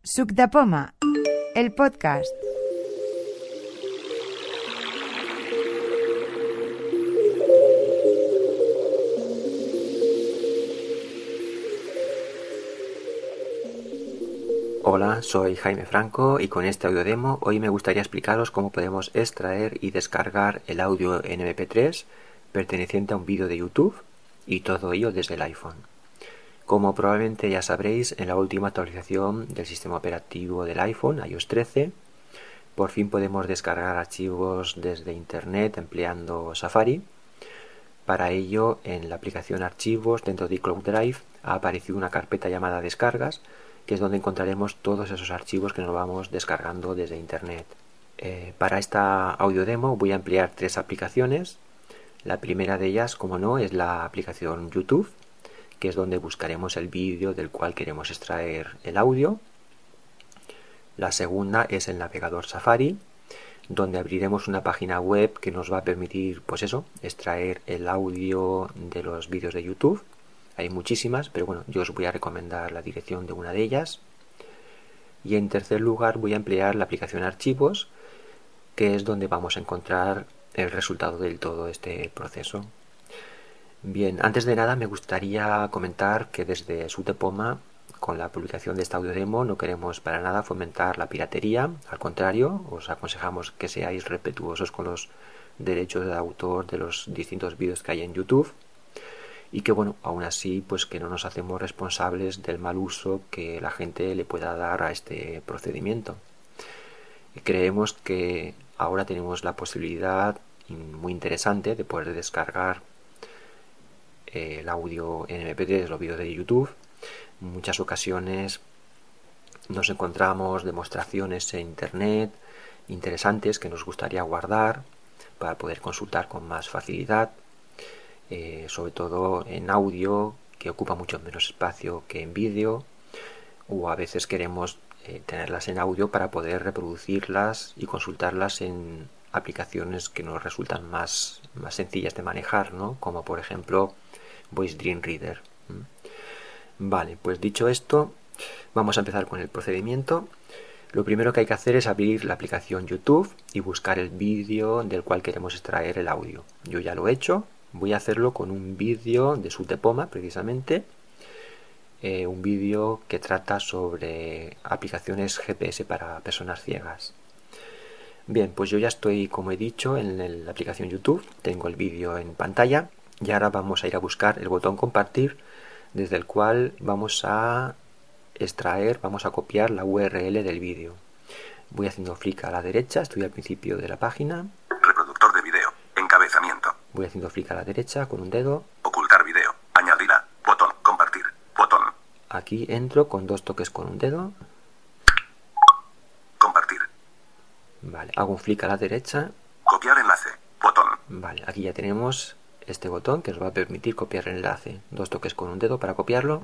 Suc de Poma, el podcast. Hola, soy Jaime Franco y con este audio demo hoy me gustaría explicaros cómo podemos extraer y descargar el audio en MP3 perteneciente a un vídeo de YouTube y todo ello desde el iPhone. Como probablemente ya sabréis, en la última actualización del sistema operativo del iPhone, iOS 13, por fin podemos descargar archivos desde Internet empleando Safari. Para ello, en la aplicación Archivos dentro de iCloud Drive ha aparecido una carpeta llamada Descargas, que es donde encontraremos todos esos archivos que nos vamos descargando desde Internet. Para esta audio demo voy a emplear tres aplicaciones. La primera de ellas, como no, es la aplicación YouTube, que es donde buscaremos el vídeo del cual queremos extraer el audio. La segunda es el navegador Safari, donde abriremos una página web que nos va a permitir, pues eso, extraer el audio de los vídeos de YouTube. Hay muchísimas, pero bueno, yo os voy a recomendar la dirección de una de ellas. Y en tercer lugar voy a emplear la aplicación Archivos, que es donde vamos a encontrar el resultado de todo este proceso. Bien, antes de nada me gustaría comentar que desde Suc de Poma, con la publicación de este audio demo, no queremos para nada fomentar la piratería. Al contrario, os aconsejamos que seáis respetuosos con los derechos de autor de los distintos vídeos que hay en YouTube y que, bueno, aún así, pues que no nos hacemos responsables del mal uso que la gente le pueda dar a este procedimiento. Y creemos que ahora tenemos la posibilidad muy interesante de poder descargar el audio en MP3, los vídeos de YouTube. En muchas ocasiones nos encontramos demostraciones en Internet interesantes que nos gustaría guardar para poder consultar con más facilidad, sobre todo en audio, que ocupa mucho menos espacio que en vídeo, o a veces queremos tenerlas en audio para poder reproducirlas y consultarlas en aplicaciones que nos resultan más sencillas de manejar, ¿no? Como por ejemplo Voice Dream Reader. Vale, pues dicho esto, vamos a empezar con el procedimiento. Lo primero que hay que hacer es abrir la aplicación YouTube y buscar el vídeo del cual queremos extraer el audio. Yo ya lo he hecho, voy a hacerlo con un vídeo de Suc de Poma precisamente, un vídeo que trata sobre aplicaciones GPS para personas ciegas. Bien, pues yo ya estoy, como he dicho, en la aplicación YouTube, tengo el vídeo en pantalla y ahora vamos a ir a buscar el botón compartir, desde el cual vamos a extraer, vamos a copiar la URL del vídeo. Voy haciendo clic a la derecha, estoy al principio de la página. Reproductor de vídeo, encabezamiento. Voy haciendo clic a la derecha con un dedo. Ocultar vídeo, añadirá, botón, compartir, botón. Aquí entro con dos toques con un dedo. Compartir. Vale, hago un clic a la derecha. Copiar enlace, botón. Vale, aquí ya tenemos este botón que nos va a permitir copiar el enlace. Dos toques con un dedo para copiarlo.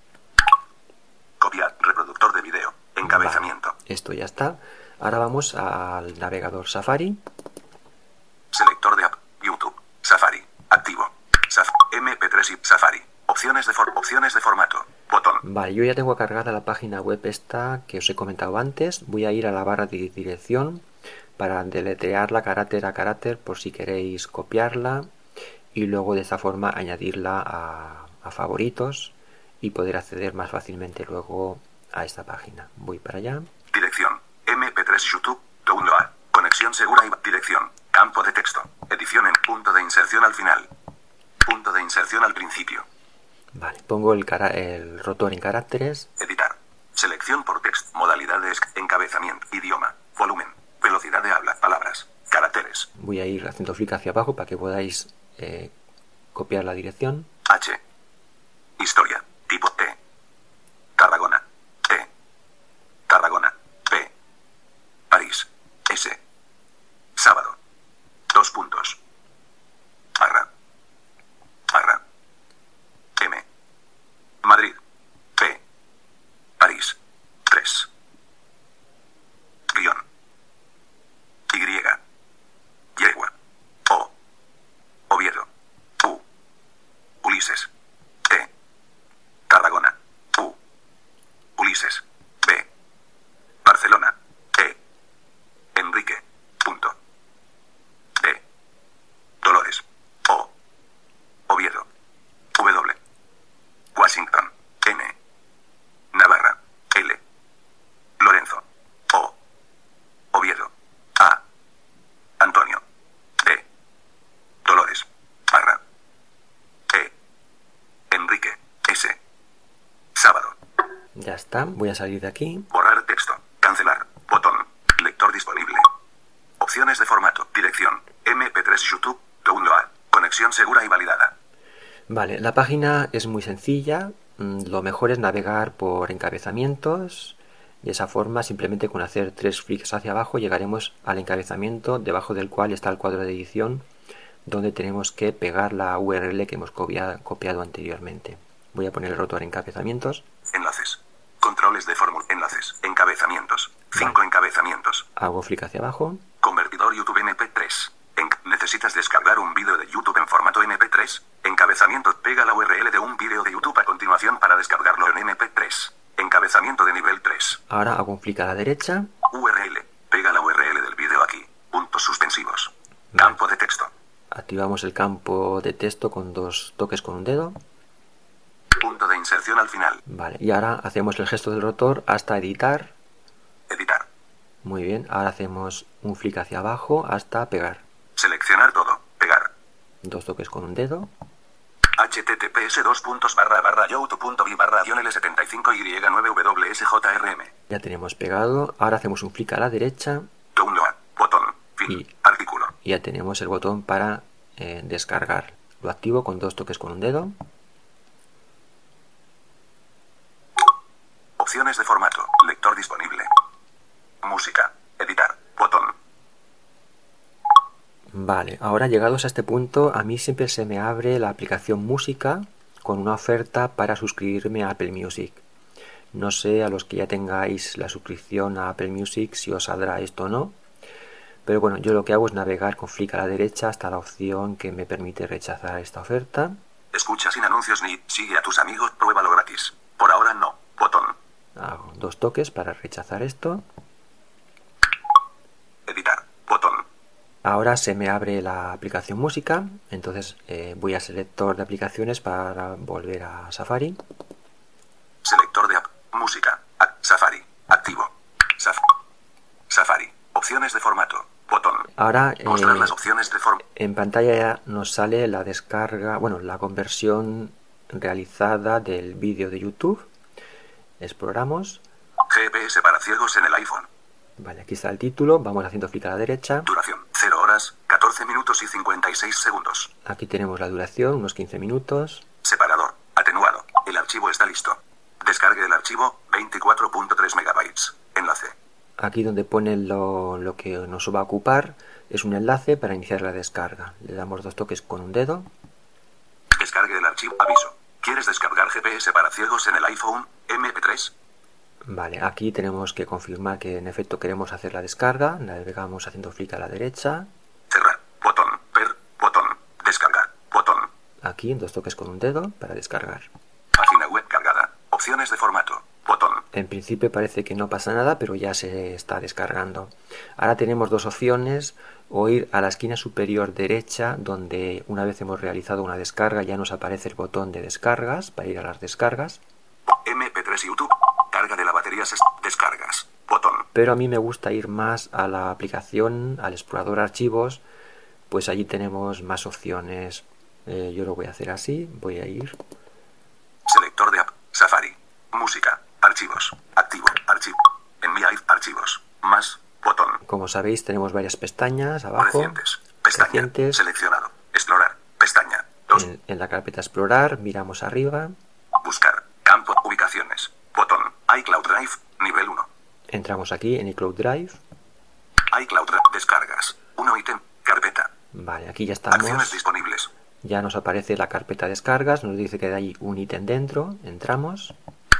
Copiar, reproductor de vídeo, encabezamiento. Vale, esto ya está. Ahora vamos al navegador Safari. Selector de app, YouTube, Safari, activo. MP3 y Safari. Opciones de formato, botón. Vale, yo ya tengo cargada la página web esta que os he comentado antes. Voy a ir a la barra de dirección para deletrearla carácter a carácter por si queréis copiarla y luego de esta forma añadirla a favoritos y poder acceder más fácilmente luego a esta página. Voy para allá. Dirección, MP3 YouTube, download. Conexión segura y dirección, campo de texto, edición en punto de inserción al final. Punto de inserción al principio. Vale, pongo el rotor en caracteres. Editar. Selección por texto. Modalidades. Encabezamiento. Idioma. Volumen. Velocidad de habla. Palabras. Caracteres. Voy a ir haciendo clic hacia abajo para que podáis copiar la dirección. H. Historia. Tipo E. Tarragona. E. Tarragona. P. París. S. Sábado. 2 puntos. Barra. Barra. M. Madrid. P. París. 3. Guión. Y. Yegua. O. Oviedo. U. Ulises. está. Voy a salir de aquí. Borrar texto. Cancelar. Botón. Lector disponible. Opciones de formato. Dirección. MP3 YouTube. Download. Conexión segura y validada. Vale, la página es muy sencilla. Lo mejor es navegar por encabezamientos. De esa forma, simplemente con hacer 3 clics hacia abajo llegaremos al encabezamiento debajo del cual está el cuadro de edición donde tenemos que pegar la URL que hemos copiado anteriormente. Voy a poner el rotor encabezamientos. Enlaces. Controles de fórmula. Enlaces. Encabezamientos. 5 encabezamientos. Hago clic hacia abajo. Convertidor YouTube MP3. ¿Necesitas descargar un vídeo de YouTube en formato MP3? Encabezamiento. Pega la URL de un vídeo de YouTube a continuación para descargarlo en MP3. Encabezamiento de nivel 3. Ahora hago un clic a la derecha. URL. Pega la URL del vídeo aquí. Puntos suspensivos. Campo de texto. Activamos el campo de texto con 2 toques con un dedo. Punto de inserción al final. Vale, y ahora hacemos el gesto del rotor hasta editar. Editar. Muy bien, ahora hacemos un clic hacia abajo hasta pegar. Seleccionar todo. Pegar. 2 toques con un dedo. https://youtube.v/l75y9wsjrm. Ya tenemos pegado. Ahora hacemos un clic a la derecha. Download. Botón. Fin. Artículo. Y ya tenemos el botón para descargar. Lo activo con 2 toques con un dedo. Opciones de formato. Lector disponible. Música. Editar. Botón. Vale, ahora llegados a este punto, a mí siempre se me abre la aplicación Música con una oferta para suscribirme a Apple Music. No sé a los que ya tengáis la suscripción a Apple Music si os saldrá esto o no. Pero bueno, yo lo que hago es navegar con clic a la derecha hasta la opción que me permite rechazar esta oferta. Escucha sin anuncios ni sigue a tus amigos, pruébalo gratis. Por ahora no. Botón. Hago 2 toques para rechazar esto. Editar. Botón. Ahora se me abre la aplicación Música, entonces voy a selector de aplicaciones para volver a Safari. Selector de app. Música. Safari. Activo. Safari. Opciones de formato. Botón. Ahora Mostrar las opciones de formato. en pantalla ya nos sale la descarga, bueno, la conversión realizada del vídeo de YouTube. Exploramos. GPS para ciegos en el iPhone. Vale, aquí está el título, vamos haciendo clic a la derecha. Duración. 0 horas, 14 minutos y 56 segundos. Aquí tenemos la duración, unos 15 minutos. Separador. Atenuado. El archivo está listo. Descargue el archivo. 24.3 megabytes. Enlace. Aquí donde pone lo que nos va a ocupar es un enlace para iniciar la descarga. Le damos 2 toques con un dedo. Descargue el archivo. Aviso. ¿Quieres descargar GPS para ciegos en el iPhone MP3? Vale, aquí tenemos que confirmar que en efecto queremos hacer la descarga. Navegamos haciendo clic a la derecha. Cerrar. Botón. Botón. Descargar. Botón. Aquí 2 toques con un dedo para descargar. Página web cargada. Opciones de formato. Botón. En principio parece que no pasa nada, pero ya se está descargando. Ahora tenemos 2 opciones. O ir a la esquina superior derecha, donde una vez hemos realizado una descarga ya nos aparece el botón de descargas para ir a las descargas. MP3 YouTube. Carga de la batería. Descargas. Botón. Pero a mí me gusta ir más a la aplicación, al explorador archivos, pues allí tenemos más opciones. Yo lo voy a hacer así, voy a ir. Selector de app. Safari. Música. Archivos. Activo. Archivo. Envía archivos. Más. Botón. Como sabéis tenemos varias pestañas abajo. Recientes. Pestaña. Recientes. Seleccionado. Explorar. Pestaña. 2. En la carpeta explorar miramos arriba. Buscar. Campo. Ubicaciones. Botón. iCloud Drive. Nivel 1. Entramos aquí en iCloud Drive. iCloud Drive. Descargas. 1 ítem. Carpeta. Vale, aquí ya Acciones estamos. disponibles. Ya nos aparece la carpeta descargas. Nos dice que hay un ítem dentro. Entramos.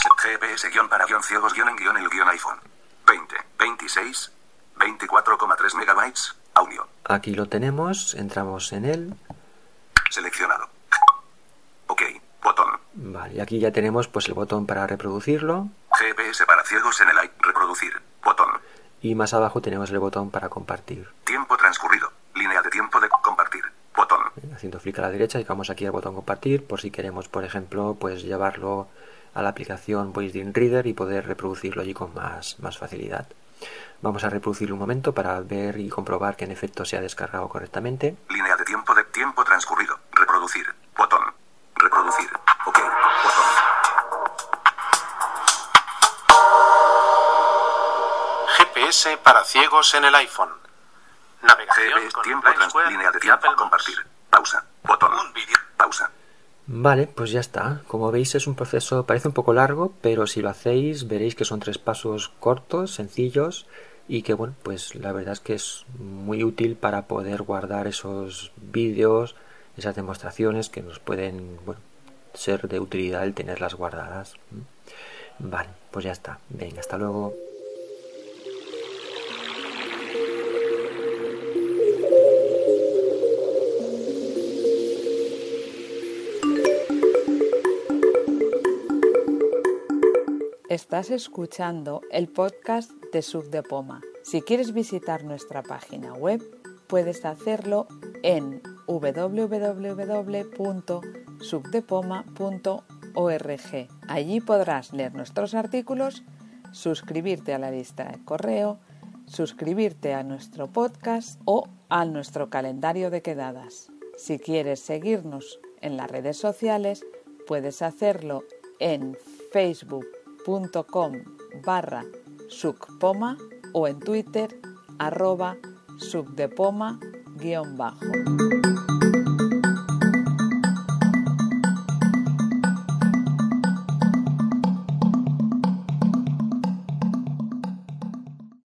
GPS-para-ciegos-en-el-iPhone. 20. 26. 24,3 megabytes. Audio. Aquí lo tenemos. Entramos en él. Seleccionado. OK. Botón. Vale, y aquí ya tenemos pues el botón para reproducirlo. GPS para ciegos en el iPhone. Reproducir. Botón. Y más abajo tenemos el botón para compartir. Tiempo transcurrido. Línea de tiempo de compartir. Botón. Haciendo clic a la derecha, llegamos aquí al botón compartir por si queremos, por ejemplo, pues llevarlo a la aplicación Voice Reader y poder reproducirlo allí con más facilidad. Vamos a reproducirlo un momento para ver y comprobar que en efecto se ha descargado correctamente. Línea de tiempo transcurrido. Reproducir. Botón. Reproducir. OK. Botón. GPS para ciegos en el iPhone. Navegación GPS, con tiempo, Play Square línea de y tiempo, Apple Maps. compartir. Pausa. Botón. Un vídeo. Pausa. Vale, pues ya está. Como veis es un proceso, parece un poco largo, pero si lo hacéis veréis que son 3 pasos cortos, sencillos y que bueno, pues la verdad es que es muy útil para poder guardar esos vídeos, esas demostraciones que nos pueden, bueno, ser de utilidad el tenerlas guardadas. Vale, pues ya está. Venga, hasta luego. Estás escuchando el podcast de Suc de Poma. Si quieres visitar nuestra página web, puedes hacerlo en www.sucdepoma.org. Allí podrás leer nuestros artículos, suscribirte a la lista de correo, suscribirte a nuestro podcast o a nuestro calendario de quedadas. Si quieres seguirnos en las redes sociales, puedes hacerlo en facebook.com/sucpoma o en Twitter @sucdepoma_.